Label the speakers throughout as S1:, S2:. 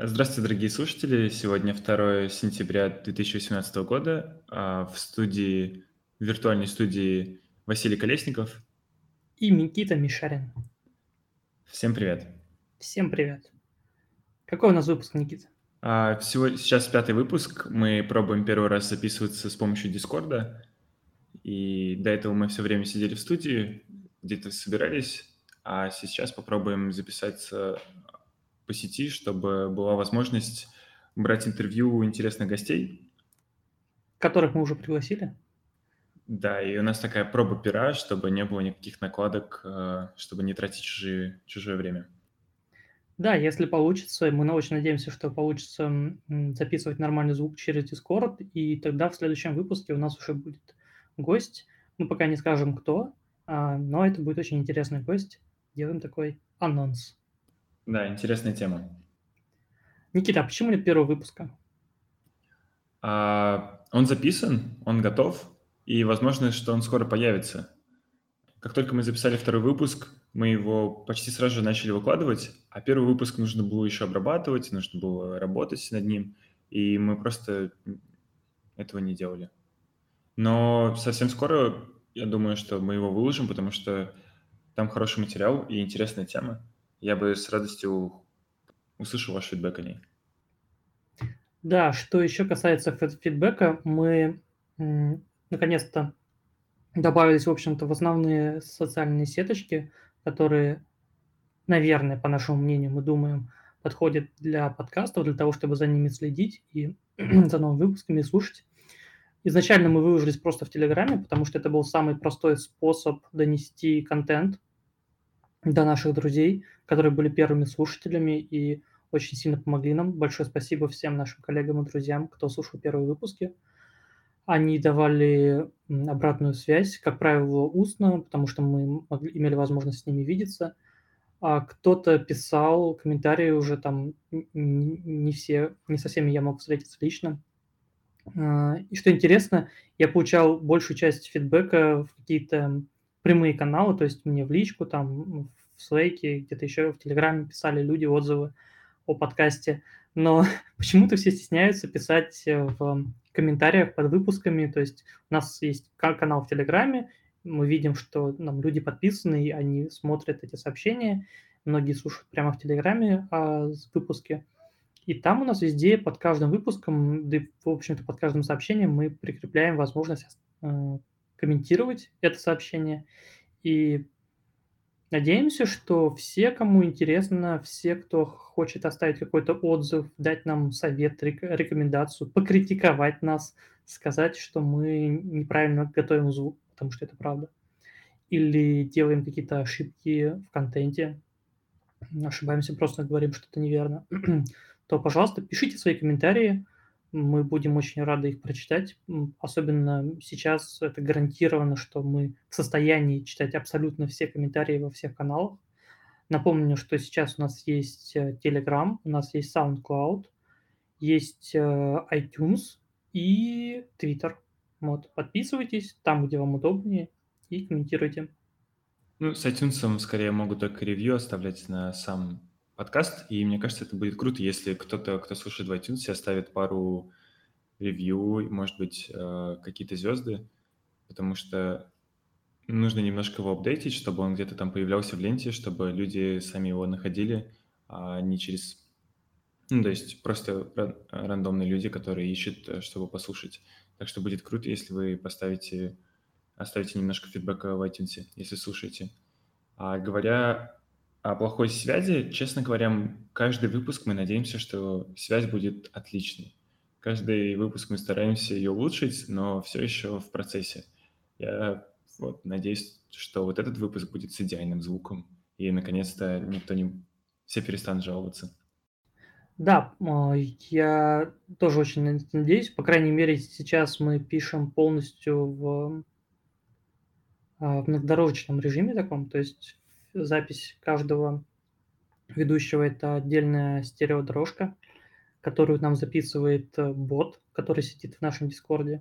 S1: Здравствуйте, дорогие слушатели. Сегодня 2 сентября 2018 года. В виртуальной студии Василий Колесников.
S2: И Никита Мишарин.
S1: Всем привет.
S2: Всем привет. Какой у нас выпуск, Никита?
S1: Сейчас пятый выпуск. Мы пробуем первый раз записываться с помощью Дискорда. И до этого мы все время сидели в студии, где-то собирались. А сейчас попробуем записаться по сети, чтобы была возможность брать интервью у интересных гостей.
S2: Которых мы уже пригласили?
S1: Да, и у нас такая проба пера, чтобы не было никаких накладок, чтобы не тратить чужое время.
S2: Да, если получится, мы очень надеемся, что получится записывать нормальный звук через Discord, и тогда в следующем выпуске у нас уже будет гость. Мы пока не скажем, кто, но это будет очень интересный гость. Делаем такой анонс.
S1: Да, интересная тема.
S2: Никита, а почему нет первого выпуска?
S1: Он записан, он готов, и возможно, что он скоро появится. Как только мы записали второй выпуск, мы его почти сразу же начали выкладывать, а первый выпуск нужно было еще обрабатывать, нужно было работать над ним, и мы просто этого не делали. Но совсем скоро, я думаю, что мы его выложим, потому что там хороший материал и интересная тема. Я бы с радостью услышал ваш фидбэк о ней.
S2: Да, что еще касается фидбэка, мы наконец-то добавились, в общем-то, в основные социальные сеточки, которые, наверное, по нашему мнению, мы думаем, подходят для подкастов, для того, чтобы за ними следить и за новыми выпусками слушать. Изначально мы выложились просто в Телеграме, потому что это был самый простой способ донести контент до наших друзей, которые были первыми слушателями и очень сильно помогли нам. Большое спасибо всем нашим коллегам и друзьям, кто слушал первые выпуски. Они давали обратную связь, как правило, устно, потому что мы имели возможность с ними видеться. А кто-то писал комментарии уже там, не все, не со всеми я мог встретиться лично. И что интересно, я получал большую часть фидбэка в какие-то прямые каналы, то есть мне в личку, там, в Слэке, где-то еще в Телеграме писали люди отзывы о подкасте, но почему-то все стесняются писать в комментариях под выпусками. То есть у нас есть канал в Телеграме, мы видим, что нам люди подписаны, и они смотрят эти сообщения, многие слушают прямо в Телеграме выпуски. И там у нас везде под каждым выпуском, да и, в общем-то, под каждым сообщением мы прикрепляем возможность комментировать это сообщение. И надеемся, что все, кому интересно, все, кто хочет оставить какой-то отзыв, дать нам совет, рекомендацию, покритиковать нас, сказать, что мы неправильно готовим звук, потому что это правда, или делаем какие-то ошибки в контенте, ошибаемся, просто говорим что-то неверно, то, пожалуйста, пишите свои комментарии. Мы будем очень рады их прочитать. Особенно сейчас это гарантировано, что мы в состоянии читать абсолютно все комментарии во всех каналах. Напомню, что сейчас у нас есть Telegram, у нас есть SoundCloud, есть iTunes и Twitter. Вот, подписывайтесь там, где вам удобнее, и комментируйте.
S1: Ну, с iTunes скорее могут только ревью оставлять на сам подкаст, и мне кажется, это будет круто, если кто-то, кто слушает в iTunes, оставит пару ревью, и, может быть, какие-то звезды, потому что нужно немножко его апдейтить, чтобы он где-то там появлялся в ленте, чтобы люди сами его находили, а не через... Ну, то есть просто рандомные люди, которые ищут, чтобы послушать. Так что будет круто, если вы оставите немножко фидбэка в iTunes, если слушаете. А говоря о плохой связи, честно говоря, каждый выпуск мы надеемся, что связь будет отличной. Каждый выпуск мы стараемся ее улучшить, но все еще в процессе. Я вот надеюсь, что вот этот выпуск будет с идеальным звуком, и наконец-то все перестанут жаловаться.
S2: Да, я тоже очень на это надеюсь. По крайней мере, сейчас мы пишем полностью в многодорожечном режиме таком. То есть запись каждого ведущего – это отдельная стереодорожка, которую нам записывает бот, который сидит в нашем Дискорде.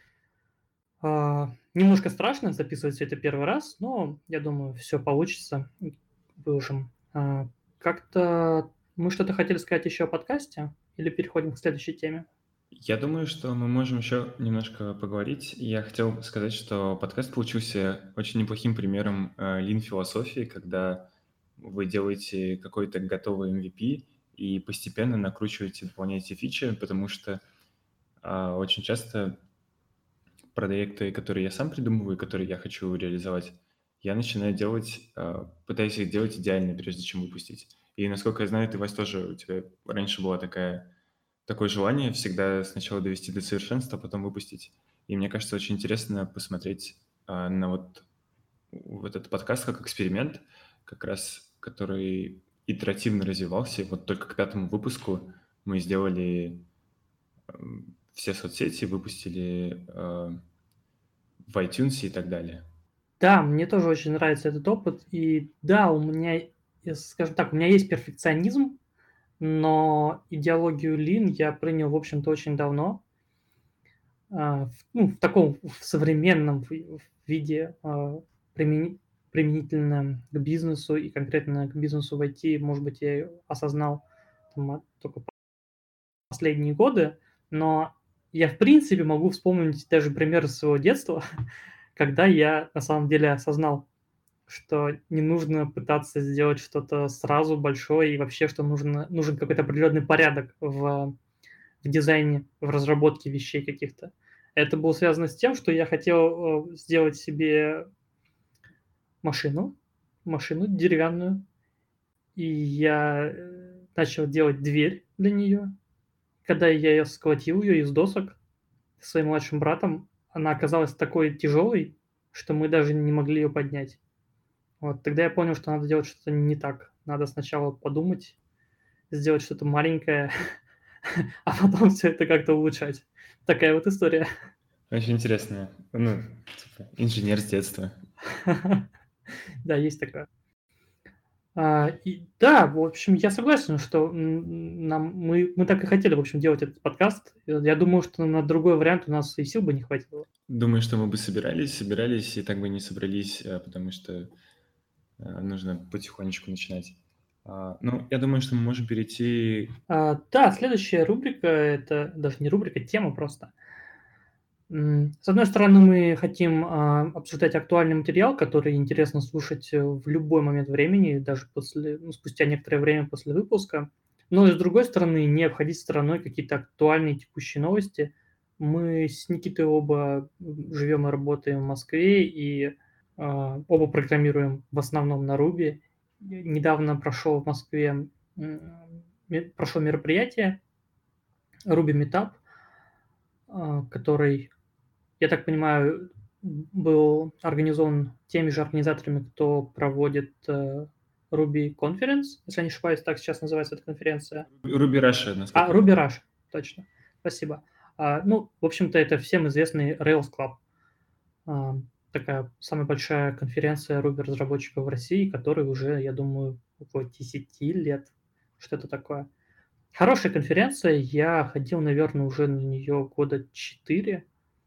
S2: Немножко страшно записывать всё это первый раз, но я думаю, все получится. Выложим. Как-то Мы что-то хотели сказать еще о подкасте или переходим к следующей теме?
S1: Я думаю, что мы можем еще немножко поговорить. Я хотел сказать, что подкаст получился очень неплохим примером лин-философии, когда вы делаете какой-то готовый MVP и постепенно накручиваете, дополняете фичи, потому что очень часто проекты, которые я сам придумываю, которые я хочу реализовать, я начинаю делать, пытаюсь их делать идеально, прежде чем выпустить. И насколько я знаю, ты, Вась, тоже у тебя раньше была такое желание всегда сначала довести до совершенства, а потом выпустить. И мне кажется, очень интересно посмотреть на вот этот подкаст как эксперимент, как раз который итеративно развивался. Вот только к 5-му выпуску мы сделали все соцсети, выпустили в iTunes и так далее.
S2: Да, мне тоже очень нравится этот опыт. И да, скажем так, у меня есть перфекционизм, но идеологию Lean я принял, в общем-то, очень давно. В таком, в современном виде, применительно к бизнесу и конкретно к бизнесу в IT, может быть, я осознал только последние годы, но я, в принципе, могу вспомнить даже пример из своего детства, когда я на самом деле осознал, что не нужно пытаться сделать что-то сразу большое и вообще, что нужен какой-то определенный порядок в дизайне, в разработке вещей каких-то. Это было связано с тем, что я хотел сделать себе машину, машину деревянную, и я начал делать дверь для нее. Когда я ее сколотил ее из досок со своим младшим братом, она оказалась такой тяжелой, что мы даже не могли ее поднять. Вот тогда я понял, что надо делать что-то не так. Надо сначала подумать, сделать что-то маленькое, а потом все это как-то улучшать. Такая вот история.
S1: Очень интересно. Ну, типа, инженер с детства.
S2: Да, есть такое. И да, в общем, я согласен, что мы так и хотели, в общем, делать этот подкаст. Я думаю, что на другой вариант у нас и сил бы не хватило.
S1: Думаю, что мы бы собирались, и так бы не собрались, потому что нужно потихонечку начинать. Ну, я думаю, что мы можем перейти...
S2: Да, следующая рубрика- это даже не рубрика, тема просто. С одной стороны, мы хотим, обсуждать актуальный материал, который интересно слушать, в любой момент времени, даже спустя некоторое время после выпуска. Но и с другой стороны, не обходить стороной какие-то актуальные текущие новости. Мы с Никитой оба, живем и работаем в Москве и, оба программируем в основном на Руби. Недавно прошел в Москве, прошло мероприятие Ruby Meetup, который, я так понимаю, был организован теми же организаторами, кто проводит Ruby Conference, если я не ошибаюсь, так сейчас называется эта конференция.
S1: Руби Раша, насколько я
S2: Ruby
S1: помню.
S2: Rush, точно. Спасибо. Ну, в общем-то, это всем известный Rails Club. Такая самая большая конференция Ruby-разработчиков в России, которой уже, я думаю, около 10 лет, что-то такое. Хорошая конференция. Я ходил, наверное, уже на нее года 4.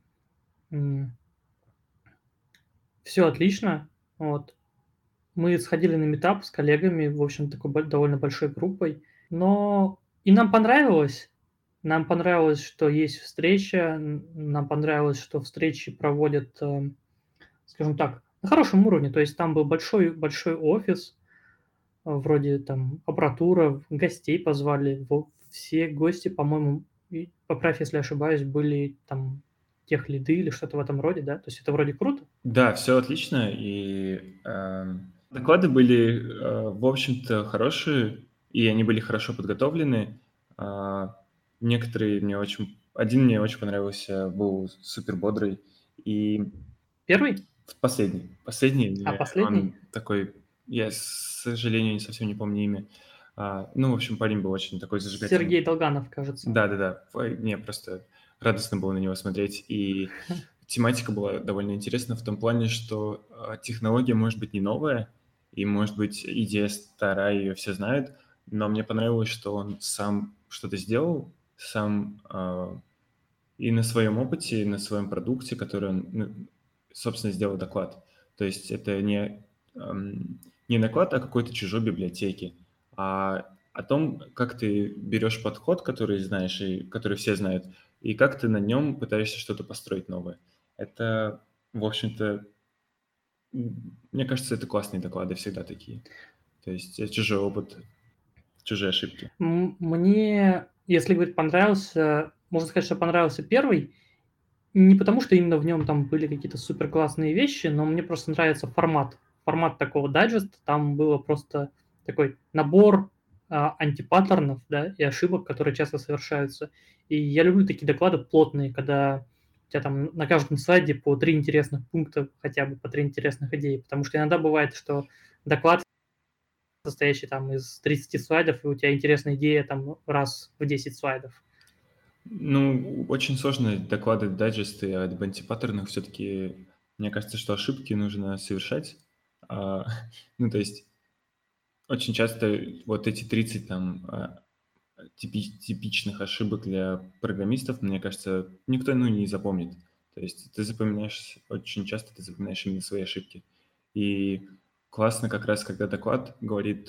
S2: Все отлично. Вот. Мы сходили на митап с коллегами, в общем, такой довольно большой группой. Но и нам понравилось. Нам понравилось, что есть встреча. Нам понравилось, что встречи проводят, скажем так, на хорошем уровне. То есть там был большой большой офис, вроде там аппаратура, гостей позвали. Все гости, по-моему, и поправь, если ошибаюсь, были там техлиды или что-то в этом роде, да? То есть это вроде круто.
S1: Да, все отлично, и доклады были, в общем-то, хорошие, и они были хорошо подготовлены. Некоторые один мне очень понравился, был супер бодрый, и
S2: Первый?
S1: последний,
S2: Последний?
S1: он такой, я, к сожалению, совсем не помню имя. Ну, в общем, парень был очень такой зажигательный.
S2: Сергей Долганов, кажется.
S1: Да-да-да. Мне просто радостно было на него смотреть. И тематика была довольно интересна в том плане, что технология может быть не новая, и, может быть, идея старая, ее все знают, но мне понравилось, что он сам что-то сделал, сам и на своем опыте, и на своем продукте, который он, собственно, сделал доклад. То есть это не доклад о какой-то чужой библиотеке, а о том, как ты берешь подход, который знаешь и который все знают, и как ты на нем пытаешься что-то построить новое. Это, в общем-то, мне кажется, это классные доклады всегда такие. То есть чужой опыт, чужие ошибки.
S2: Мне, если говорить понравился, можно сказать, что понравился первый, не потому, что именно в нем там были какие-то супер классные вещи, но мне просто нравится формат. Формат такого дайджеста. Там было просто такой набор антипаттернов, да, и ошибок, которые часто совершаются. И я люблю такие доклады плотные, когда у тебя там на каждом слайде по 3 интересных пункта, хотя бы по 3 интересных идеи. Потому что иногда бывает, что доклад, состоящий там из 30 слайдов, и у тебя интересная идея там раз в 10 слайдов.
S1: Ну, очень сложно докладывать дайджесты об антипаттернах. Все-таки мне кажется, что ошибки нужно совершать. А, ну, то есть очень часто вот эти 30 там типичных ошибок для программистов, мне кажется, никто, ну, не запомнит. То есть ты запоминаешь, очень часто ты запоминаешь именно свои ошибки. И классно как раз, когда доклад говорит,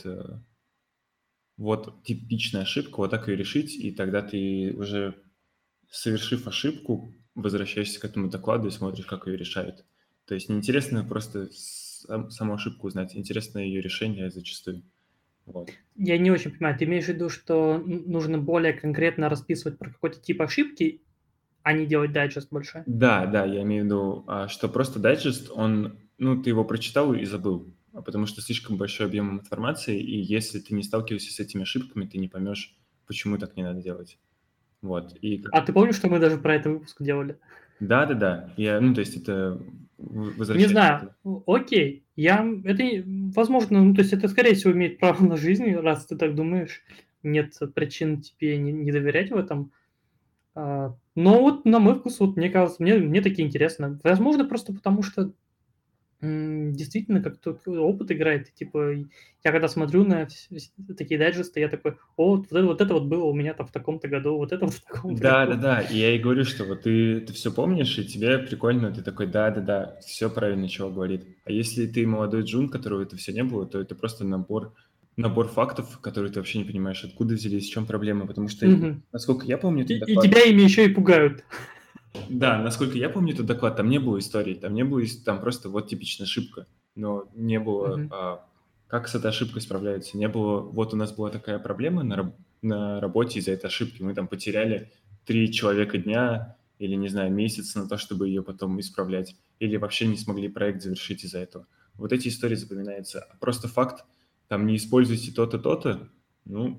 S1: вот типичная ошибка, вот так ее решить, и тогда ты уже, совершив ошибку, возвращаешься к этому докладу и смотришь, как ее решают. То есть неинтересно просто саму ошибку узнать, интересно ее решение зачастую. Вот.
S2: Я не очень понимаю, ты имеешь в виду, что нужно более конкретно расписывать про какой-то тип ошибки, а не делать дайджест больше?
S1: Да, да, я имею в виду, что просто дайджест, он, ну, ты его прочитал и забыл, потому что слишком большой объем информации, и если ты не сталкиваешься с этими ошибками, ты не поймешь, почему так не надо делать. Вот. И
S2: А ты помнишь, что мы даже про это выпуск делали?
S1: да-да-да, я, ну, то есть это
S2: Не
S1: возвращаясь к
S2: знаю,
S1: этому.
S2: окей, возможно, ну, то есть это, скорее всего, имеет право на жизнь, раз ты так думаешь. Нет причин тебе не доверять в этом. Но вот на мой вкус, вот мне кажется, мне такие интересно. Возможно, просто потому что действительно, как тут опыт играет. Типа, я когда смотрю на такие дайджесты, я такой: "О, вот это вот было у меня там в таком-то году, вот это вот в таком-то году".
S1: Да-да-да, и я и говорю, что вот ты все помнишь, и тебе прикольно, ты такой: "Да-да-да, все правильно чувак говорит". А если ты молодой джун, которого это все не было, то это просто набор фактов, которые ты вообще не понимаешь, откуда взялись, в чем проблема. Потому что,
S2: Мгм.
S1: насколько я помню этот
S2: И
S1: доклад,
S2: тебя ими еще и пугают.
S1: да, насколько я помню этот доклад, там не было историй, там не было там просто вот типичная ошибка, но не было,
S2: Мгм.
S1: как с этой ошибкой справляются. Не было, вот у нас была такая проблема на работе из-за этой ошибки, мы там потеряли 3 человека дня или, не знаю, месяц на то, чтобы ее потом исправлять, или вообще не смогли проект завершить из-за этого. Вот эти истории запоминаются. А просто факт, там, не используйте то-то, то-то, ну,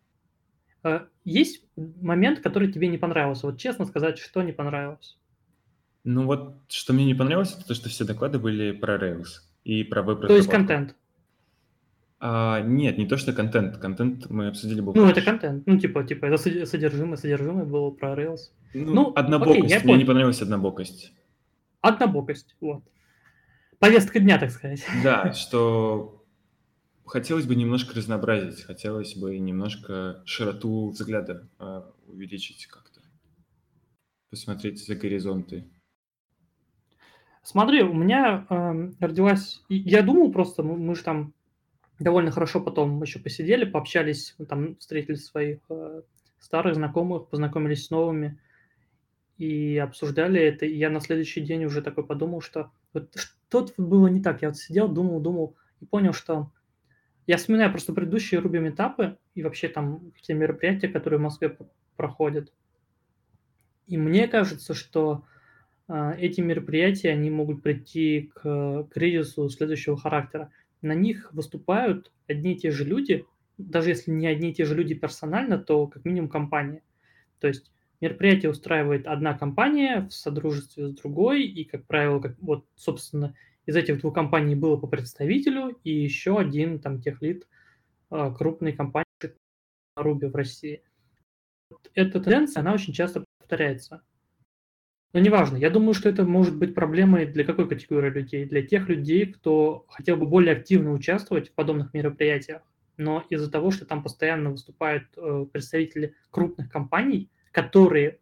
S2: Есть момент, который тебе не понравился? Вот честно сказать, что не понравилось?
S1: ну вот, что мне не понравилось, это то, что все доклады были про Rails и про
S2: То есть
S1: веб-разработку.
S2: контент.
S1: Нет, не то, что контент. Контент мы обсудили был
S2: Ну, это
S1: хороший.
S2: контент. Ну, типа это содержимое было про Rails.
S1: Ну,
S2: Ну, окей, я
S1: однобокость. Мне не
S2: понял.
S1: понравилась однобокость.
S2: Однобокость, вот. Повестка дня, так сказать.
S1: Да, что хотелось бы немножко разнообразить, хотелось бы немножко широту взгляда увеличить как-то, посмотреть за горизонты.
S2: Смотри, у меня, родилась я думал просто, мы ж там довольно хорошо потом еще посидели, пообщались, мы там встретили своих, старых знакомых, познакомились с новыми и обсуждали это. И я на следующий день уже такой подумал, что вот что-то вот было не так. Я вот сидел, думал и понял, что я вспоминаю просто предыдущие Ruby метапы и вообще там все мероприятия, которые в Москве проходят. И мне кажется, что эти мероприятия, они могут прийти к кризису следующего характера. На них выступают одни и те же люди, даже если не одни и те же люди персонально, то как минимум компания. То есть мероприятие устраивает одна компания в содружестве с другой, и, как правило, вот, собственно, из этих двух компаний было по представителю, и еще один там техлид крупной компании Ruby в России. Эта тенденция, она очень часто повторяется. Но неважно, я думаю, что это может быть проблемой для какой категории людей? Для тех людей, кто хотел бы более активно участвовать в подобных мероприятиях, но из-за того, что там постоянно выступают представители крупных компаний, которые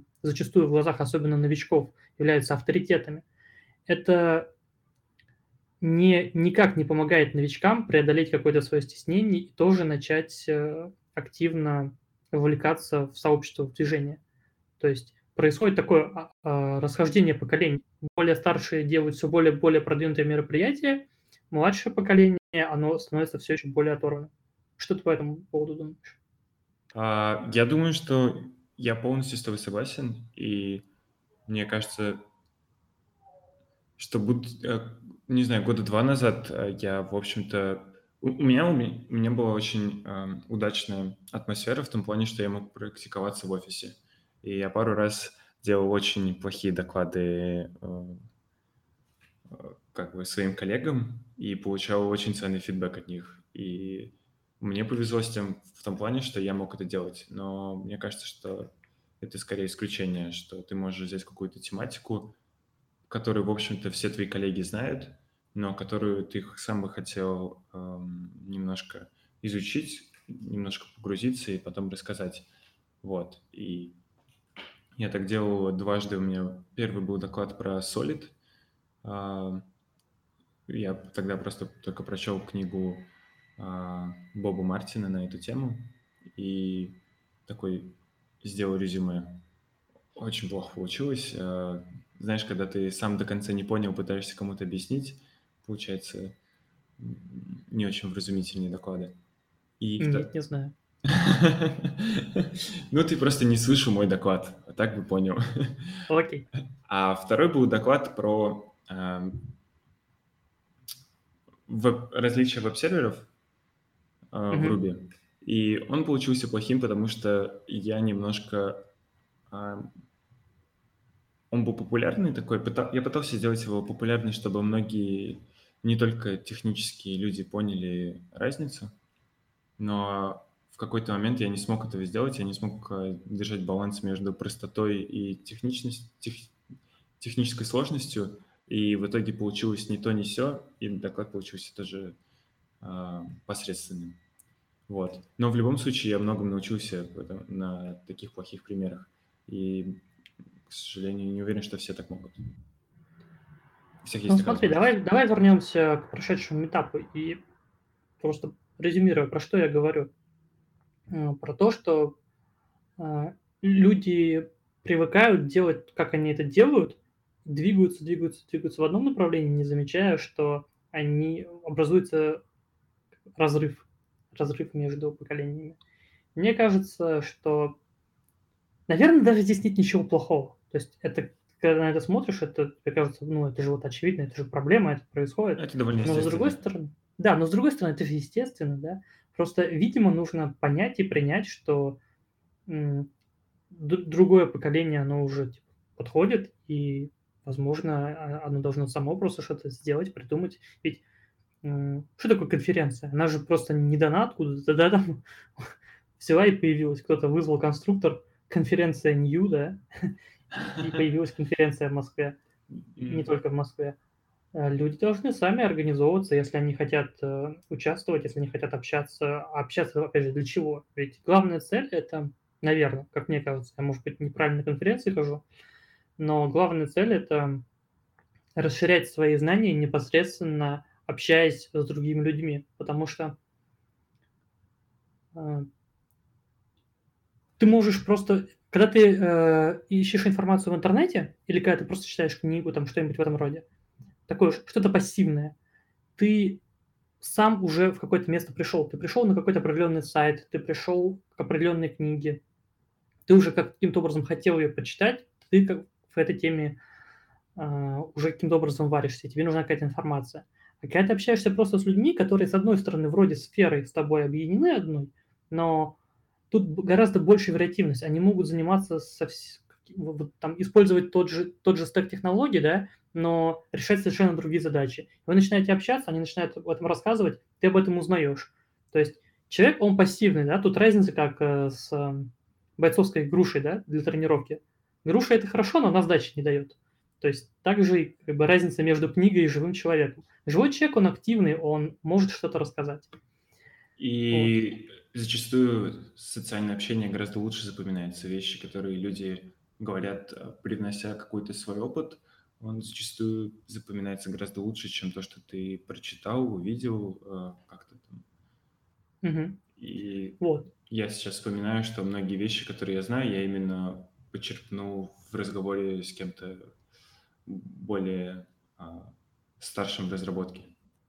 S2: зачастую в глазах особенно новичков являются авторитетами, это никак не помогает новичкам преодолеть какое-то свое стеснение и тоже начать активно вовлекаться в сообщество, в движение. То есть происходит такое расхождение поколений. Более старшие делают все более продвинутые мероприятия, младшее поколение, оно становится все еще более оторванным. Что ты по этому поводу думаешь?
S1: Я думаю, что я полностью с тобой согласен, и мне кажется, что не знаю, года 2 назад, я, в общем-то, у меня была очень, удачная атмосфера в том плане, что я мог практиковаться в офисе. И я пару раз делал очень плохие доклады, как бы своим коллегам и получал очень ценный фидбэк от них. И мне повезло с тем в том плане, что я мог это делать. Но мне кажется, что это скорее исключение, что ты можешь взять какую-то тематику, которую, в общем-то, все твои коллеги знают, но которую ты сам бы хотел немножко изучить, немножко погрузиться и потом рассказать. Вот. И я так делал дважды. У меня первый был доклад про Solid. А, Я тогда просто только прочел книгу Боба Мартина на эту тему и такой сделал резюме. Очень плохо получилось. Знаешь, когда ты сам до конца не понял, пытаешься кому-то объяснить, получается не очень вразумительные доклады. И
S2: Нет, не знаю.
S1: Ну, ты просто не слышал мой доклад, а так бы понял.
S2: Окей.
S1: А второй был доклад про различия веб-серверов в
S2: Мгм.
S1: Ruby. И он получился плохим, потому что я немножко... а, Он был популярный такой. Я пытался сделать его популярный, чтобы многие, не только технические люди, поняли разницу. Но в какой-то момент я не смог этого сделать, я не смог держать баланс между простотой и технической сложностью, и в итоге получилось ни то, ни сё, и доклад получился тоже посредственным. Вот. Но в любом случае я многому научился на таких плохих примерах, и, к сожалению, не уверен, что все так могут. У всех есть
S2: Ну
S1: такая
S2: смотри,
S1: возможность.
S2: давай вернемся к прошедшему этапу и просто резюмируя, про что я говорю. Про то, что люди привыкают делать, как они это делают, двигаются в одном направлении, не замечая, что образуется разрыв, разрыв между поколениями. Мне кажется, что, наверное, даже здесь нет ничего плохого. То есть это, когда на это смотришь, это, тебе кажется, ну, это же вот очевидно, это же проблема, это происходит.
S1: Это довольно
S2: Но с другой
S1: естественно.
S2: стороны, да, но с другой стороны, это же естественно, да. Просто, видимо, нужно понять и принять, что м, другое поколение, оно уже типа подходит, и, возможно, оно должно само просто что-то сделать, придумать. Ведь, что такое конференция? Она же просто не дана откуда-то, да, там взяла и появилась. Кто-то вызвал конструктор, конференция New, да, и появилась конференция в Москве, не
S1: М,
S2: только в Москве. Люди должны сами организовываться, если они хотят, участвовать, если они хотят общаться. А общаться, опять же, для чего? Ведь главная цель — это, наверно, как мне кажется, я, может быть, неправильно на конференции хожу, но главная цель — это расширять свои знания, непосредственно общаясь с другими людьми. Потому что, э, ты можешь просто когда ты, ищешь информацию в интернете или когда ты просто читаешь книгу, там что-нибудь в этом роде, такое что-то пассивное, ты сам уже в какое-то место пришел. Ты пришел на какой-то определенный сайт, ты пришел к определенной книге, ты уже каким-то образом хотел ее почитать, ты как в этой теме, уже каким-то образом варишься, тебе нужна какая-то информация. А когда ты общаешься просто с людьми, которые, с одной стороны, вроде сферой с тобой объединены одной, но тут гораздо больше вариативность. Они могут заниматься вот там использовать тот же стек технологий, да, но решать совершенно другие задачи. Вы начинаете общаться, они начинают об этом рассказывать, ты об этом узнаешь. То есть человек, он пассивный, да, тут разница как, с, бойцовской грушей, да, для тренировки. Груша — это хорошо, но она сдачи не дает. То есть также и как бы разница между книгой и живым человеком. Живой человек, он активный, он может что-то рассказать. Вот.
S1: И зачастую социальное общение гораздо лучше запоминается. Вещи, которые люди говорят, привнося какой-то свой опыт, он зачастую запоминается гораздо лучше, чем то, что ты прочитал, увидел, как-то там.
S2: Мгм.
S1: И
S2: Вот.
S1: я сейчас вспоминаю, что многие вещи, которые я знаю, я именно почерпнул в разговоре с кем-то более старшим в разработке.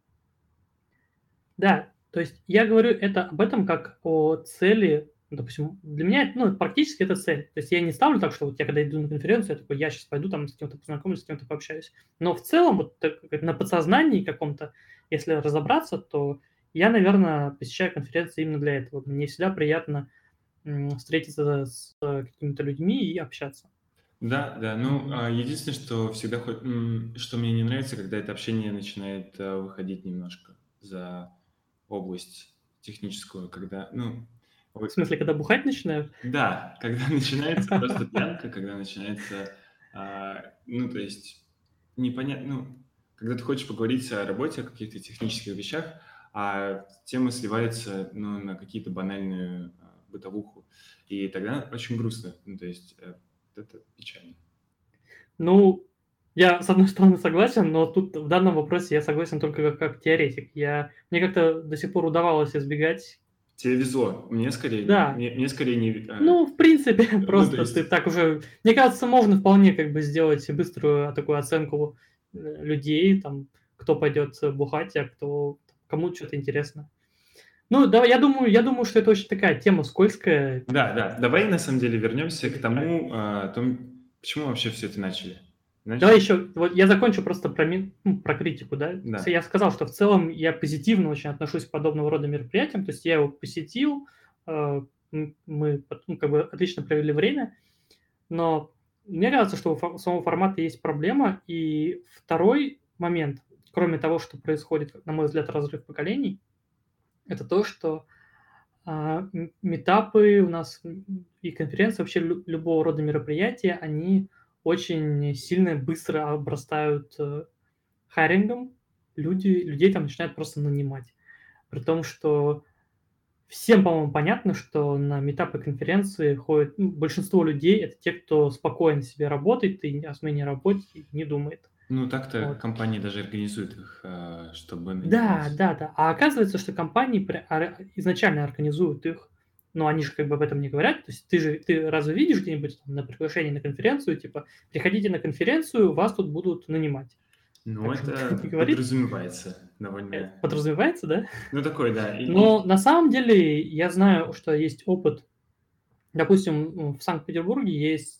S2: Да, то есть я говорю это об этом как о цели. Допустим, для меня, практически это цель. То есть я не ставлю так, что вот я когда иду на конференцию, я такой: "Я сейчас пойду там с кем-то познакомлюсь, с кем-то пообщаюсь". Но в целом, вот так как на подсознании каком-то, если разобраться, то я, наверное, посещаю конференции именно для этого. Мне всегда приятно, встретиться с какими-то людьми и общаться.
S1: Да, да. Ну, единственное, что всегда что мне не нравится, когда это общение начинает выходить немножко за область техническую, когда, ну,
S2: В
S1: вот,
S2: смысле, когда бухать начинают?
S1: да, когда начинается просто пьянка, когда начинается, ну, то есть непонятно, ну, когда ты хочешь поговорить о работе, о каких-то технических вещах, а темы сливаются, ну, на какие-то банальную бытовуху, и тогда очень грустно, ну, то есть это печально.
S2: Ну, я, с одной стороны, согласен, но тут в данном вопросе я согласен только как теоретик. Мне как-то до сих пор удавалось избегать.
S1: Тебе везло, мне скорее,
S2: Да,
S1: мне скорее не,
S2: в принципе,
S1: ну, то
S2: просто ты
S1: есть,
S2: так уже мне кажется, можно вполне как бы сделать быструю такую оценку, людей, там, кто пойдет бухать, а кто кому что то интересно. Ну да, я думаю, что это очень такая тема скользкая.
S1: да, да, давай на самом деле вернемся к
S2: Такая.
S1: тому, почему вообще все это начали.
S2: Давай
S1: Начали,
S2: еще, вот я закончу просто про критику, да.
S1: да.
S2: Я сказал, что в целом я позитивно очень отношусь к подобного рода мероприятиям. То есть я его посетил, мы как бы отлично провели время, но мне кажется, что у самого формата есть проблема. И второй момент, кроме того, что происходит, на мой взгляд, разрыв поколений, это то, что, метапы у нас, и конференции, вообще любого рода мероприятия, они очень сильно быстро обрастают, хайрингом. Людей там начинают просто нанимать. При том, что всем, по-моему, понятно, что на метапы, конференции ходят, большинство людей — это те, кто спокойно себе работает и о смене работы не думает.
S1: Ну, так-то
S2: Вот.
S1: компании даже организуют их, чтобы
S2: Да,
S1: нанимать.
S2: да-да. А оказывается, что компании изначально организуют их, но они же как бы об этом не говорят. То есть ты разве видишь где-нибудь там на приглашении на конференцию, типа: "Приходите на конференцию, вас тут будут нанимать"?
S1: Ну,
S2: Так же никто
S1: это
S2: не говорит.
S1: подразумевается довольно,
S2: Подразумевается, да?
S1: ну, такой, да.
S2: Но на самом деле я знаю, что есть опыт. Допустим, в Санкт-Петербурге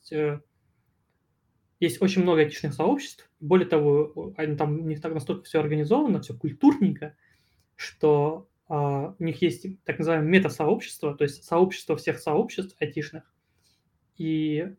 S2: есть очень много айтишных сообществ. Более того, они там у них так настолько все организовано, все культурненько, что, у них есть так называемое мета-сообщество, то есть сообщество всех сообществ айтишных, и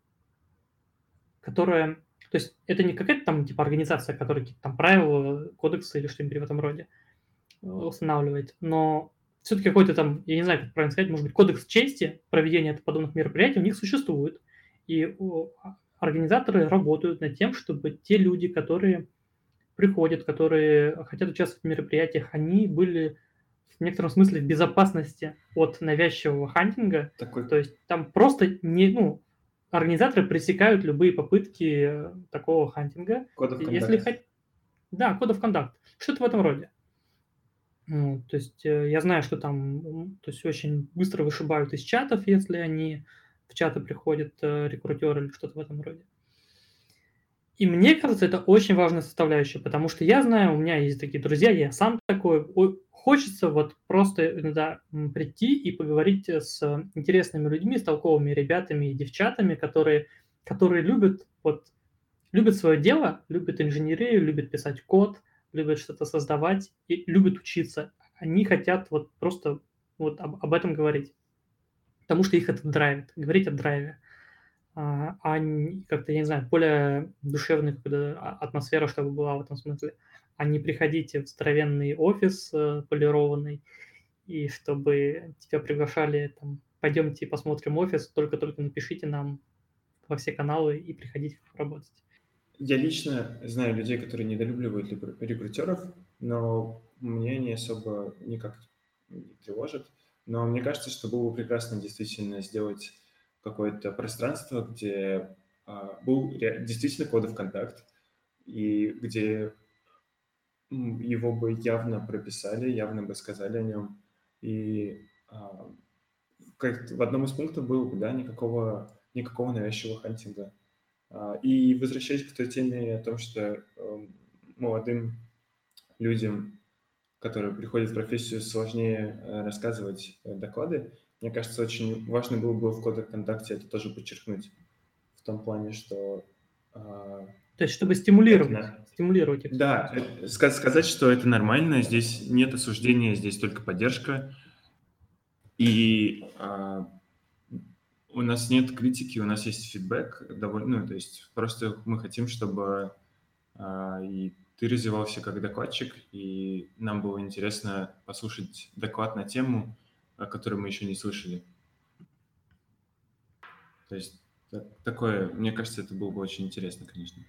S2: которое то есть это не какая-то там типа организация, которая какие-то там правила, кодексы или что-нибудь в этом роде, устанавливает, но все-таки какой-то там, я не знаю, как правильно сказать, может быть, кодекс чести проведения подобных мероприятий у них существует. И организаторы работают над тем, чтобы те люди, которые приходят, которые хотят участвовать в мероприятиях, они были в некотором смысле в безопасности от навязчивого хантинга.
S1: такой
S2: То есть там просто организаторы пресекают любые попытки такого хантинга.
S1: код of
S2: Если
S1: conduct.
S2: хот Да, Code of Conduct, что-то в этом роде. То есть, я знаю, что там, то есть очень быстро вышибают из чатов, если они в чаты приходят, рекрутеры или что-то в этом роде. И мне кажется, это очень важная составляющая, потому что я знаю, у меня есть такие друзья, я сам такой. Хочется вот просто иногда, прийти и поговорить, с интересными людьми, с толковыми ребятами и девчатами, которые любят свое дело, любят инженерию, любят писать код, любят что-то создавать и любят учиться. Они хотят вот просто вот об этом говорить, потому что их это драйвит, говорить о драйве. Как-то, я не знаю, более душевная какая-то атмосфера, чтобы была в этом смысле, а не приходить в здоровенный офис, полированный, и чтобы тебя приглашали там: "Пойдемте посмотрим офис, только напишите нам во все каналы и приходите работать".
S1: Я лично знаю людей, которые недолюбливают рекрутеров, но мне не особо никак не тревожит. Но мне кажется, что было бы прекрасно действительно сделать какое-то пространство, где был действительно кодов контакт, и где его бы явно прописали, явно бы сказали о нем. И как в одном из пунктов было бы, да, никакого навязчивого хантинга. И возвращаясь к той теме о том, что молодым людям, которые приходят в профессию, сложнее рассказывать доклады, мне кажется, очень важно было бы в кодах ВКонтакте это тоже подчеркнуть. В том плане, что
S2: То есть, чтобы
S1: это
S2: стимулировать их.
S1: да, сказать, что это нормально, здесь нет осуждения, здесь только поддержка. И у нас нет критики, у нас есть фидбэк, довольно, то есть просто мы хотим, чтобы и ты развивался как докладчик, и нам было интересно послушать доклад на тему, о которой мы еще не слышали. То есть такое, мне кажется, это было бы очень интересно, конечно.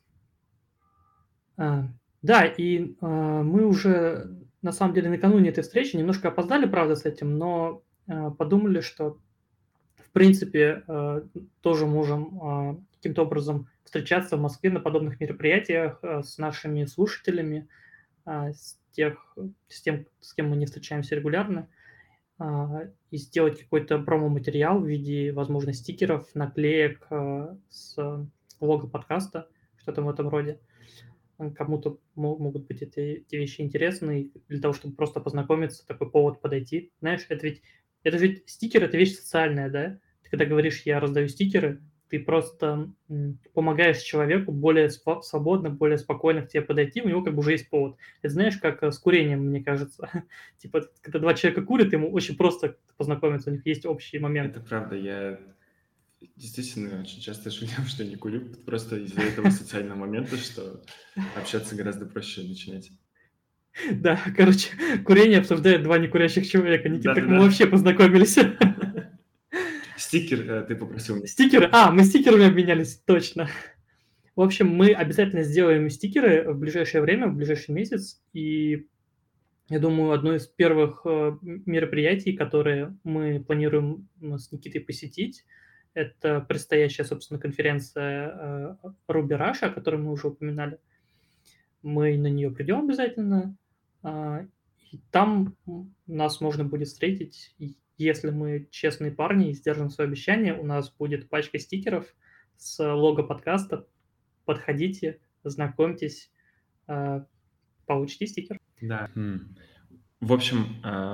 S2: Да, и мы уже, на самом деле, накануне этой встречи немножко опоздали, правда, с этим, но подумали, что, в принципе, тоже можем каким-то образом встречаться в Москве на подобных мероприятиях с нашими слушателями, с тем, с кем мы не встречаемся регулярно, и сделать какой-то промо-материал в виде, возможно, стикеров, наклеек с лого подкаста, что-то в этом роде. Кому-то могут быть эти вещи интересны, и для того, чтобы просто познакомиться, такой повод подойти. Знаешь, это ведь стикер – это вещь социальная, да? Ты когда говоришь «я раздаю стикеры», ты просто помогаешь человеку более свободно, более спокойно к тебе подойти, у него как бы уже есть повод. Это знаешь, как с курением, мне кажется. Типа, когда два человека курят, ему очень просто познакомиться, у них есть общие моменты.
S1: Это правда, я действительно очень часто жалею, что не курю, просто из-за этого социального момента, что общаться гораздо проще начинать.
S2: Да, короче, курение обсуждают два некурящих человека. Не типа, как мы
S1: Да-да-да.
S2: вообще познакомились.
S1: Стикер ты попросил.
S2: Стикеры? Мы стикерами обменялись, точно. В общем, мы обязательно сделаем стикеры в ближайшее время, в ближайший месяц. И я думаю, одно из первых мероприятий, которые мы планируем с Никитой посетить, это предстоящая, собственно, конференция Ruby Rush, о которой мы уже упоминали. Мы на нее придем обязательно. И там нас можно будет встретить. И если мы честные парни и сдержим свое обещание, у нас будет пачка стикеров с лого подкаста. Подходите, знакомьтесь, получите стикер.
S1: Да. В общем,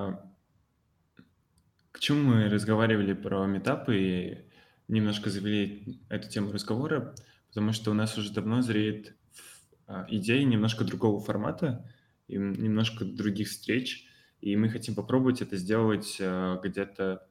S1: к чему мы разговаривали про митапы и немножко завели эту тему разговора, потому что у нас уже давно зреет идея немножко другого формата и немножко других встреч, и мы хотим попробовать это сделать где-то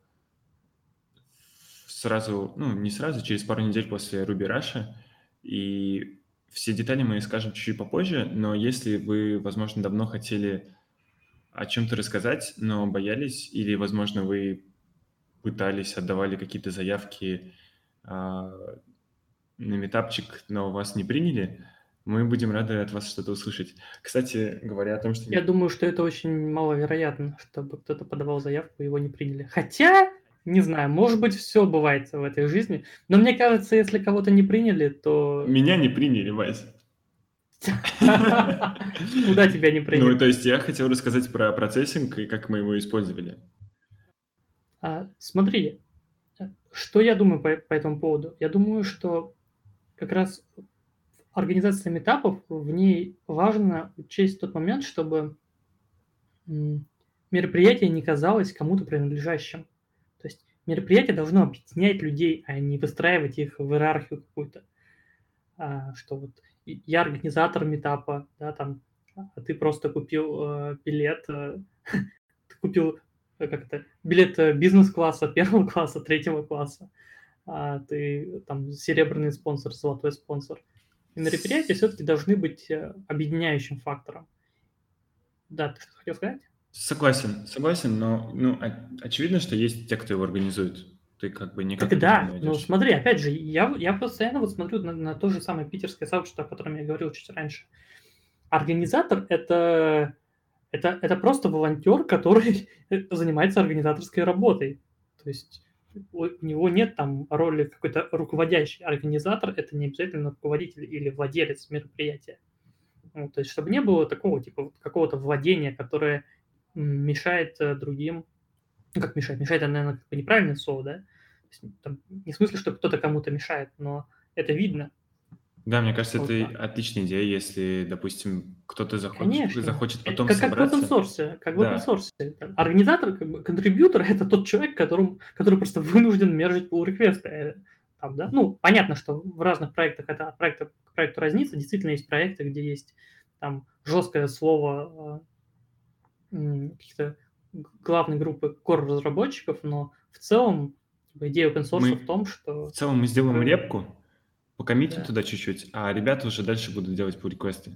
S1: сразу, не сразу, через пару недель после Ruby Rush, и все детали мы скажем чуть-чуть попозже, но если вы, возможно, давно хотели о чем-то рассказать, но боялись, или, возможно, вы пытались, отдавали какие-то заявки на митапчик, но вас не приняли, мы будем рады от вас что-то услышать. Кстати, говоря о том, что...
S2: Я думаю, что это очень маловероятно, чтобы кто-то подавал заявку, его не приняли. Хотя, не знаю, может быть, все бывает в этой жизни. Но мне кажется, если кого-то не приняли, то...
S1: Меня не приняли, Вась.
S2: Куда тебя не приняли?
S1: То есть я хотел рассказать про процессинг и как мы его использовали.
S2: Смотри, что я думаю по этому поводу? Я думаю, что как раз организация митапов, в ней важно учесть тот момент, чтобы мероприятие не казалось кому-то принадлежащим. То есть мероприятие должно объединять людей, а не выстраивать их в иерархию какую-то. Что вот я организатор митапа, да, там, а ты просто купил билет, ты купил билет бизнес-класса, первого класса, третьего класса, ты там серебряный спонсор, золотой спонсор. И мероприятия все-таки должны быть объединяющим фактором. Да, ты что хотел сказать?
S1: Согласен, но очевидно, что есть те, кто его организует. Ты как бы никак
S2: Так да,
S1: не
S2: но
S1: найдешь.
S2: смотри, опять же, я постоянно вот смотрю на то же самое питерское сообщество, о котором я говорил чуть раньше. Организатор – это просто волонтер, который занимается организаторской работой. То есть у него нет там роли какой-то руководящий. Организатор — это не обязательно руководитель или владелец мероприятия. Ну, то есть чтобы не было такого типа вот какого-то владения, которое мешает другим. Ну, как мешает? Мешает, это, наверное, как бы неправильное слово, да? То есть, там, не в смысле, что кто-то кому-то мешает, но это видно.
S1: Да, мне кажется,
S2: Вот
S1: это
S2: так.
S1: отличная идея, если, допустим, кто-то
S2: Конечно.
S1: захочет потом
S2: Как в open
S1: собраться.
S2: source. Как в open
S1: Да,
S2: source. Организатор, как бы, контрибьютор — это тот человек, который просто вынужден мержить pull реквесты. Там, да? Ну, понятно, что в разных проектах это от проекта к проекту разнится. Действительно, есть проекты, где есть там жесткое слово каких-то главной группы core-разработчиков, но в целом как бы, идея open source в
S1: мы
S2: том,
S1: в
S2: что
S1: целом мы сделаем
S2: вы...
S1: репку, покоммитим
S2: Да.
S1: туда чуть-чуть, а ребята уже дальше будут делать pull-реквесты.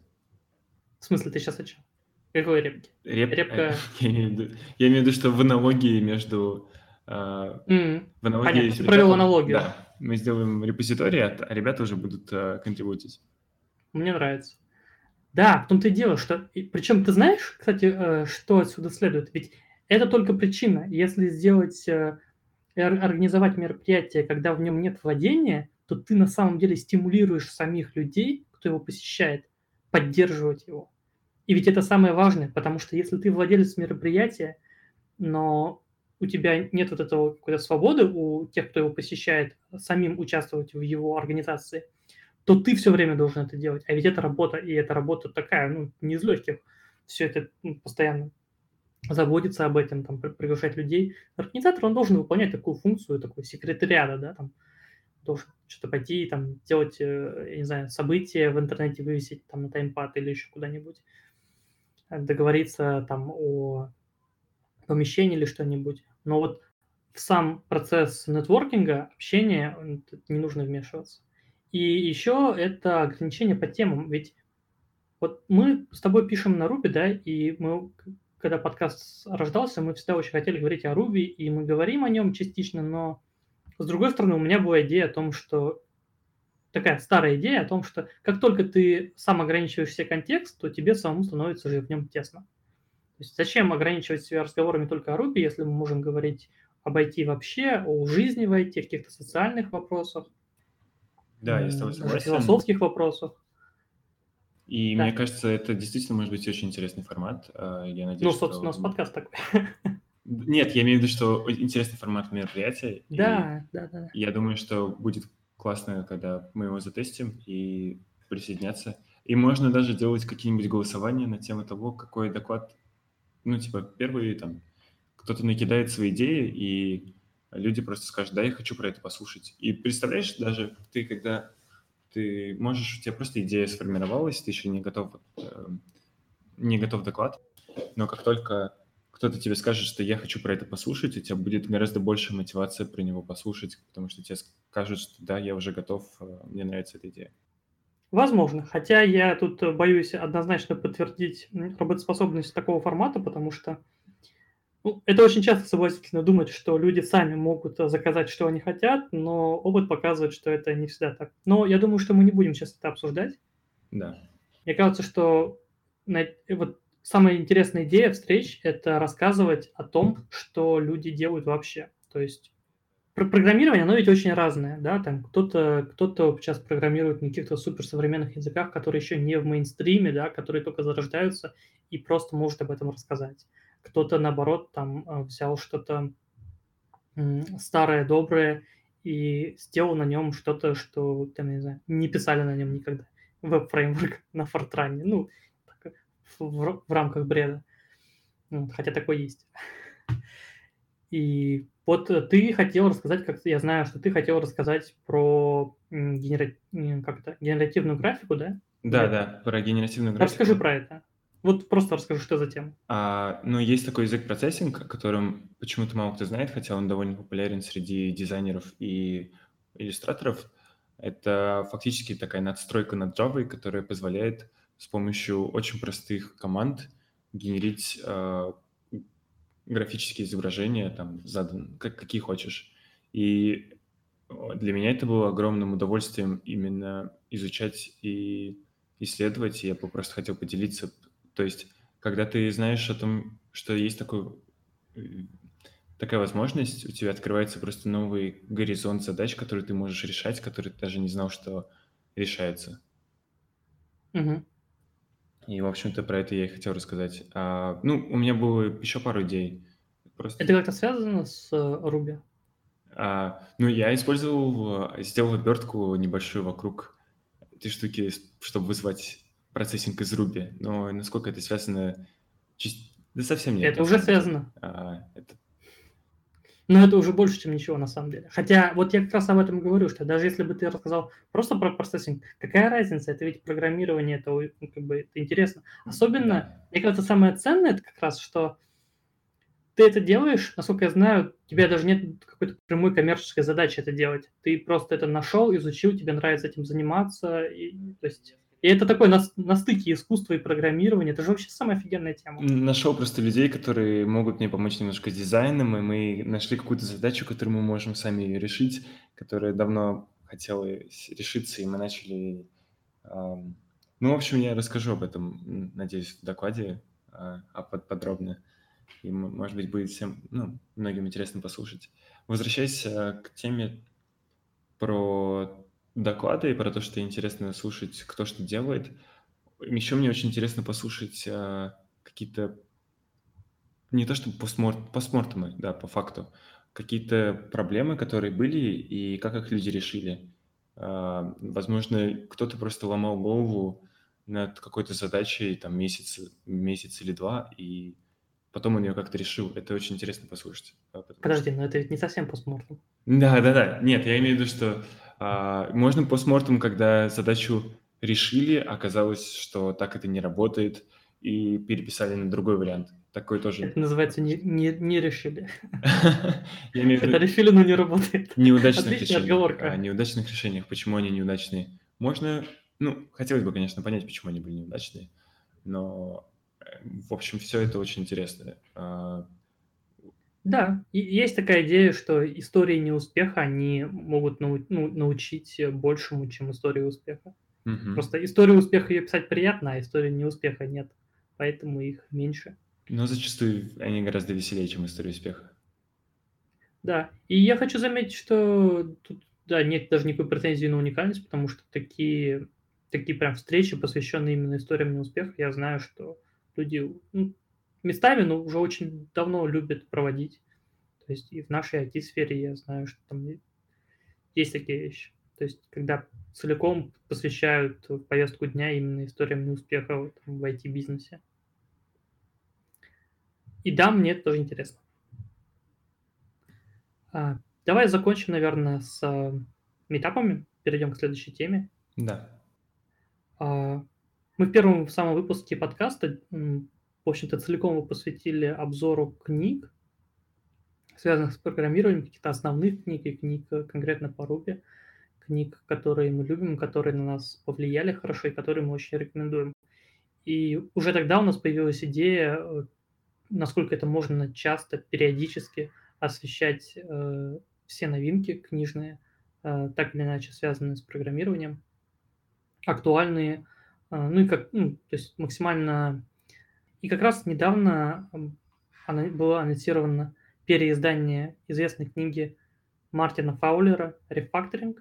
S2: В смысле, ты сейчас о чем? Какой репки? Репка...
S1: Я имею в виду, что в аналогии между... В аналогии
S2: Понятно,
S1: с
S2: ты провел
S1: репаком,
S2: аналогию.
S1: да, мы сделаем репозиторий, а ребята уже будут контрибутить.
S2: Мне нравится. Да, в том-то и дело, что... Причем ты знаешь, кстати, что отсюда следует? Ведь это только причина. Если сделать, организовать мероприятие, когда в нем нет владения, то ты на самом деле стимулируешь самих людей, кто его посещает, поддерживать его. И ведь это самое важное, потому что если ты владелец мероприятия, но у тебя нет вот этого какой-то свободы у тех, кто его посещает, самим участвовать в его организации, то ты все время должен это делать. А ведь это работа, и эта работа такая, ну, не из легких. Все это постоянно заботиться об этом, там, приглашать людей. Организатор, он должен выполнять такую функцию, такой секретариата, да, там, должен что-то пойти, там, делать, я не знаю, события в интернете вывесить, там, на таймпад или еще куда-нибудь, договориться, там, о помещении или что-нибудь. Но вот в сам процесс нетворкинга, общения, тут не нужно вмешиваться. И еще это ограничение по темам. Ведь вот мы с тобой пишем на Ruby, да, и мы, когда подкаст рождался, мы всегда очень хотели говорить о Ruby, и мы говорим о нем частично, но с другой стороны, у меня была идея о том, что такая старая идея о том, что как только ты сам ограничиваешь себе контекст, то тебе самому становится же в нем тесно. То есть зачем ограничивать себя разговорами только о Ruby, если мы можем говорить об IT вообще, о жизни в IT, о каких-то социальных вопросах,
S1: Да, я с тобой
S2: даже
S1: согласен.
S2: философских вопросах.
S1: И мне
S2: Да.
S1: кажется, это действительно может быть очень интересный формат. Я
S2: Ну,
S1: надеюсь,
S2: собственно,
S1: что...
S2: у нас подкаст такой.
S1: Нет, я имею в виду, что интересный формат мероприятия, и
S2: Да, да, да.
S1: я думаю, что будет классно, когда мы его затестим и присоединяться. И можно даже делать какие-нибудь голосования на тему того, какой доклад, ну, типа, первый там, кто-то накидает свои идеи, и люди просто скажут, да, я хочу про это послушать. И представляешь, даже ты, когда ты можешь, у тебя просто идея сформировалась, ты еще не готов доклад, но как только кто-то тебе скажет, что я хочу про это послушать, у тебя будет гораздо больше мотивация про него послушать, потому что тебе скажут, что да, я уже готов, мне нравится эта идея.
S2: Возможно. Хотя я тут боюсь однозначно подтвердить работоспособность такого формата, потому что ну, это очень часто соблазнительно думать, что люди сами могут заказать, что они хотят, но опыт показывает, что это не всегда так. Но я думаю, что мы не будем сейчас это обсуждать.
S1: Да.
S2: Мне кажется, что вот самая интересная идея встреч — это рассказывать о том, что люди делают вообще. То есть программирование, оно ведь очень разное, да, там кто-то сейчас программирует на каких-то суперсовременных языках, которые еще не в мейнстриме, да, которые только зарождаются и просто может об этом рассказать. Кто-то, наоборот, там взял что-то старое, доброе и сделал на нем что-то, что, там, я не знаю, не писали на нем никогда. Веб-фреймворк на Фортране, ну, так, в рамках бреда. Вот, хотя такой есть. И вот ты хотел рассказать, как я знаю, что ты хотел рассказать про как это, генеративную графику, да?
S1: Да,
S2: Где-то.
S1: да, про генеративную
S2: Расскажи
S1: графику.
S2: про это. Вот просто расскажи, что за тема.
S1: Ну, есть такой язык процессинг, о котором почему-то мало кто знает, хотя он довольно популярен среди дизайнеров и иллюстраторов. Это фактически такая надстройка над Java, которая позволяет с помощью очень простых команд генерить графические изображения, там, какие хочешь. И для меня это было огромным удовольствием именно изучать и исследовать, и я бы просто хотел поделиться. То есть, когда ты знаешь о том, что есть такой э, такая возможность, у тебя открывается просто новый горизонт задач, которые ты можешь решать, которые ты даже не знал, что решаются.
S2: Мгм.
S1: И, в общем-то, про это я и хотел рассказать. Ну, у меня было еще пару идей. Просто,
S2: Это как-то связано с Ruby?
S1: ну, я использовал, сделал обертку небольшую вокруг этой штуки, чтобы вызвать процессинг из Ruby. Но насколько это связано, да совсем нет,
S2: Это
S1: на
S2: уже
S1: самом деле.
S2: связано.
S1: Это
S2: Но это уже больше, чем ничего на самом деле. Хотя вот я как раз об этом и говорю, что даже если бы ты рассказал просто про процессинг, какая разница? Это ведь программирование, это ну, как бы это интересно. Особенно,
S1: да.
S2: мне кажется, самое ценное это как раз, что ты это делаешь, насколько я знаю, у тебя даже нет какой-то прямой коммерческой задачи это делать. Ты просто это нашел, изучил, тебе нравится этим заниматься. То есть, и это такой на стыке искусства и программирования. Это же вообще самая офигенная тема.
S1: Нашел просто людей, которые могут мне помочь немножко с дизайном, и мы нашли какую-то задачу, которую мы можем сами решить, которая давно хотела решиться, и мы начали. Ну, в общем, я расскажу об этом, надеюсь, в докладе, подробно. И, может быть, будет всем, ну, многим интересно послушать. Возвращаясь к теме про доклады и про то, что интересно слушать, кто что делает, еще мне очень интересно послушать какие-то не то чтобы постмортемы, да, по факту. Какие-то проблемы, которые были, и как их люди решили. Возможно, кто-то просто ломал голову над какой-то задачей там месяц или 2, и потом он ее как-то решил. Это очень интересно послушать, потому что.
S2: Подожди, но это ведь не совсем постмортем.
S1: Да-да-да. Нет, я имею в виду, что, можно постмортем, когда задачу решили, оказалось, что так это не работает, и переписали на другой вариант. Такой тоже
S2: Это называется
S1: возможно.
S2: не решили.
S1: Я имею в
S2: Это
S1: виду
S2: решили, но не работает.
S1: неудачных
S2: Отличная
S1: решениях. О
S2: отговорка.
S1: неудачных решениях, почему они неудачные. Можно, ну, хотелось бы, конечно, понять, почему они были неудачные, но, в общем, все это очень интересно.
S2: Да, и есть такая идея, что истории неуспеха, они могут научить большему, чем истории успеха.
S1: Мгм.
S2: Просто историю успеха ее писать приятно, а истории неуспеха нет. Поэтому их меньше.
S1: Но зачастую они гораздо веселее, чем история успеха.
S2: Да, и я хочу заметить, что тут, да, нет даже никакой претензии на уникальность, потому что такие прям встречи, посвященные именно историям неуспеха, я знаю, что люди, местами, но уже очень давно любят проводить. То есть и в нашей IT-сфере я знаю, что там есть такие вещи. То есть когда целиком посвящают повестку дня именно историям неуспеха вот в IT-бизнесе. И да, мне это тоже интересно. Давай закончим, наверное, с митапами, перейдем к следующей теме.
S1: Да.
S2: Мы в первом в самом выпуске подкаста, в общем-то, целиком его посвятили обзору книг, связанных с программированием, каких-то основных книг и книг конкретно по Ruby, книг, которые мы любим, которые на нас повлияли хорошо и которые мы очень рекомендуем. И уже тогда у нас появилась идея, насколько это можно часто, периодически освещать все новинки книжные, так или иначе связанные с программированием, актуальные, ну и то есть максимально. И как раз недавно было анонсировано переиздание известной книги Мартина Фаулера «Рефакторинг».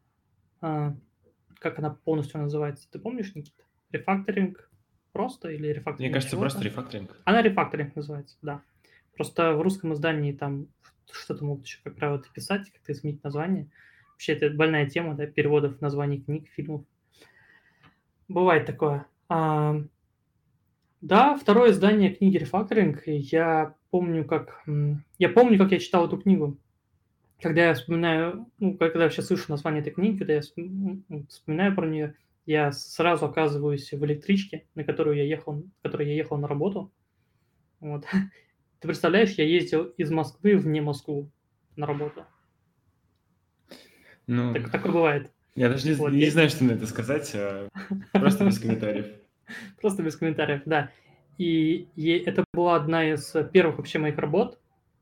S2: Как она полностью называется, ты помнишь, Никита? «Рефакторинг» просто или
S1: Мне
S2: «Рефакторинг»
S1: кажется, просто
S2: чего-то?
S1: рефакторинг.
S2: Она «Рефакторинг» называется, да. Просто в русском издании там что-то могут еще, как правило, писать, как-то изменить название. Вообще, это больная тема, да, переводов названий книг, фильмов. Бывает такое. Да, второе издание книги «Рефакторинг». Я помню, как я читал эту книгу. Когда я вспоминаю, когда я сейчас слышу название этой книги, когда я вспоминаю про нее, я сразу оказываюсь в электричке, на которой я ехал на работу. Вот. Ты представляешь, я ездил из Москвы в не Москву на работу.
S1: Ну,
S2: Такое бывает.
S1: я даже
S2: Вот,
S1: не знаю, что на это сказать, просто без комментариев.
S2: Просто без комментариев, да. И это была одна из первых вообще моих работ.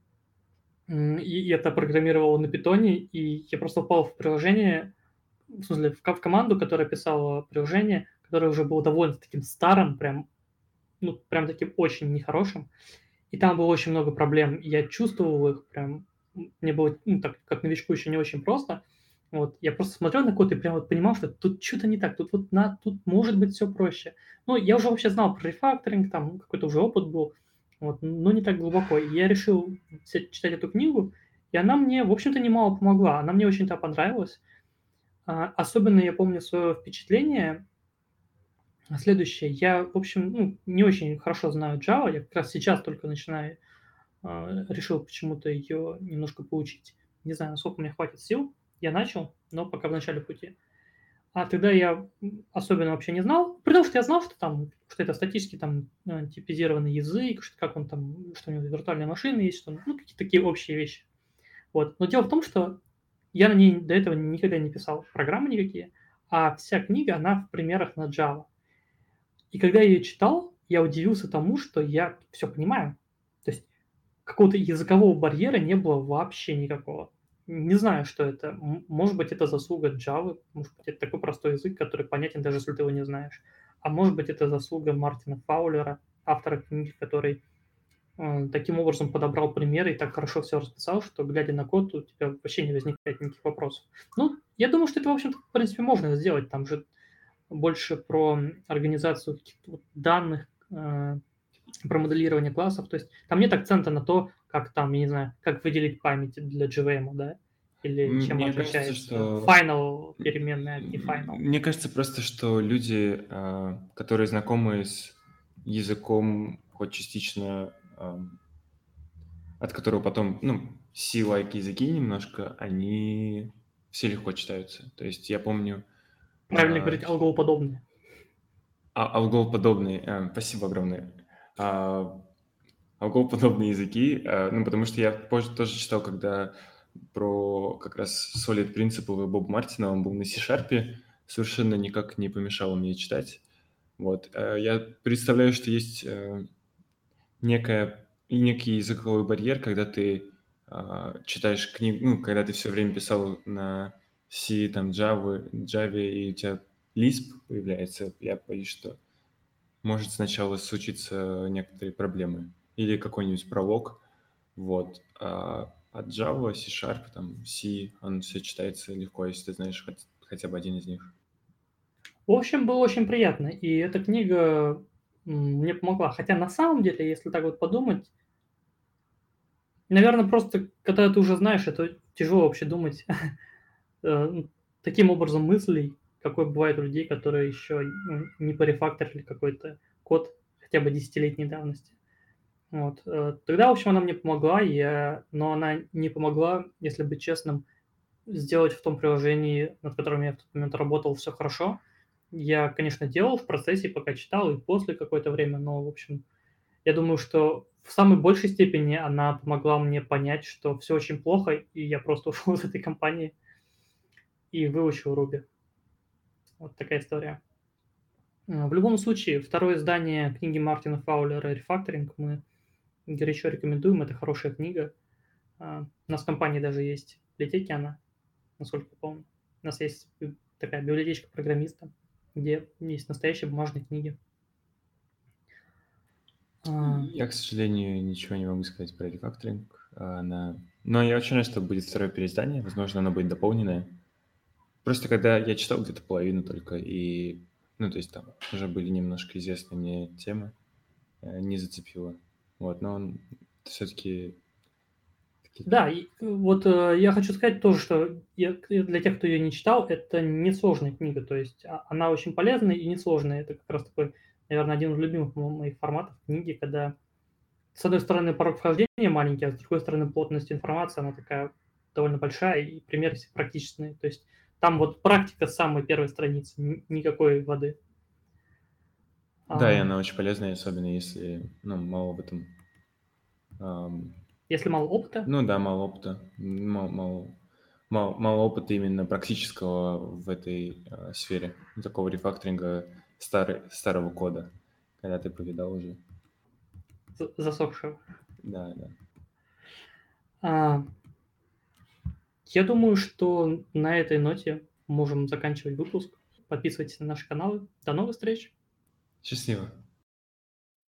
S2: И это программировал на питоне, и я просто попал в приложение, в смысле, в команду, которая писала приложение, которое уже было довольно таким старым, прям таким очень нехорошим. И там было очень много проблем. Я чувствовал их прям. Мне было, так как новичку еще не очень просто. Вот, я просто смотрел на код и прям вот понимал, что тут что то не так, тут может быть все проще. Ну, я уже вообще знал про рефакторинг, там какой-то уже опыт был, вот, но не так глубоко. И я решил читать эту книгу, и она мне, в общем-то, немало помогла. Она мне очень-то понравилась. Особенно я помню свое впечатление следующее. Я, в общем, не очень хорошо знаю Java. Я как раз сейчас только начинаю, решил почему-то ее немножко поучить. Не знаю, насколько мне хватит сил. Я начал, но пока в начале пути. А тогда я, особенно вообще не знал, при том, что я знал, что это статически там, типизированный язык, что как он там, что у него виртуальная машина есть, что какие-то такие общие вещи. Вот. Но дело в том, что я на ней до этого никогда не писал программы никакие, а вся книга, она в примерах на Java. И когда я ее читал, я удивился тому, что я все понимаю. То есть какого-то языкового барьера не было вообще никакого. Не знаю, что это. Может быть, это заслуга Java, может быть, это такой простой язык, который понятен, даже если ты его не знаешь. А может быть, это заслуга Мартина Фаулера, автора книги, который таким образом подобрал примеры и так хорошо все расписал, что, глядя на код, у тебя вообще не возникает никаких вопросов. Ну, я думаю, что это, в общем-то, в принципе, можно сделать. Там же больше про организацию каких-то вот данных, про моделирование классов. То есть там нет акцента на то, как там, я не знаю, как выделить память для JVM, да, или чем
S1: Мне кажется,
S2: отличается
S1: что
S2: final переменная от не final.
S1: мне кажется просто, что люди, которые знакомы с языком хоть частично, от которого потом, C-like языки немножко, они все легко читаются. То есть я помню,
S2: Правильно говорить, алгол-подобные.
S1: алгол-подобные, спасибо огромное. Алгол-подобные языки, потому что я позже тоже читал, когда про как раз Solid Principle Боба Мартина, он был на C-Sharp, совершенно никак не помешало мне читать. Вот. Я представляю, что есть некий языковой барьер, когда ты читаешь книгу, когда ты все время писал на C, там, Java, и у тебя Lisp появляется. Я боюсь, что может сначала случиться некоторые проблемы. Или какой-нибудь пролог. Вот. А от Java, C-Sharp, там, C, он все читается легко, если ты знаешь хотя бы один из них.
S2: В общем, было очень приятно. И эта книга мне помогла. Хотя на самом деле, если так вот подумать, наверное, просто когда ты уже знаешь, это тяжело вообще думать таким образом мыслей, какой бывает у людей, которые еще не порефакторили какой-то код хотя бы десятилетней давности. Вот. Тогда, в общем, она мне помогла, но она не помогла, если быть честным, сделать в том приложении, над которым я в тот момент работал, все хорошо. Я, конечно, делал в процессе, пока читал, и после какое-то время, но, в общем, я думаю, что в самой большей степени она помогла мне понять, что все очень плохо, и я просто ушел из этой компании и выучил Ruby. Вот такая история. В любом случае, второе издание книги Мартина Фаулера «Рефакторинг» мы горячо рекомендуем. Это хорошая книга. У нас в компании даже есть в библиотеке она, насколько я помню. У нас есть такая библиотечка программиста, где есть настоящие бумажные книги.
S1: Я, к сожалению, ничего не могу сказать про рефакторинг. Но я очень рад, что будет второе переиздание. Возможно, оно будет дополненное. Просто когда я читал где-то половину только, и, то есть там уже были немножко известные мне темы, не зацепило. Вот, но он все-таки...
S2: Да, и вот я хочу сказать тоже, что для тех, кто ее не читал, это несложная книга. То есть она очень полезная и несложная. Это как раз такой, наверное, один из любимых моих форматов книги, когда с одной стороны порог вхождения маленький, а с другой стороны плотность информации, она такая довольно большая, и примеры все практичные. То есть там вот практика с самой первой страницы, никакой воды.
S1: Да, и она очень полезная, особенно если, мало в этом...
S2: Если мало опыта?
S1: Да, мало опыта. Мало опыта именно практического в этой сфере. Такого рефакторинга старого кода, когда ты повидал уже.
S2: Засохшего.
S1: Да, да.
S2: Я думаю, что на этой ноте можем заканчивать выпуск. Подписывайтесь на наши каналы. До новых встреч!
S1: Счастливо.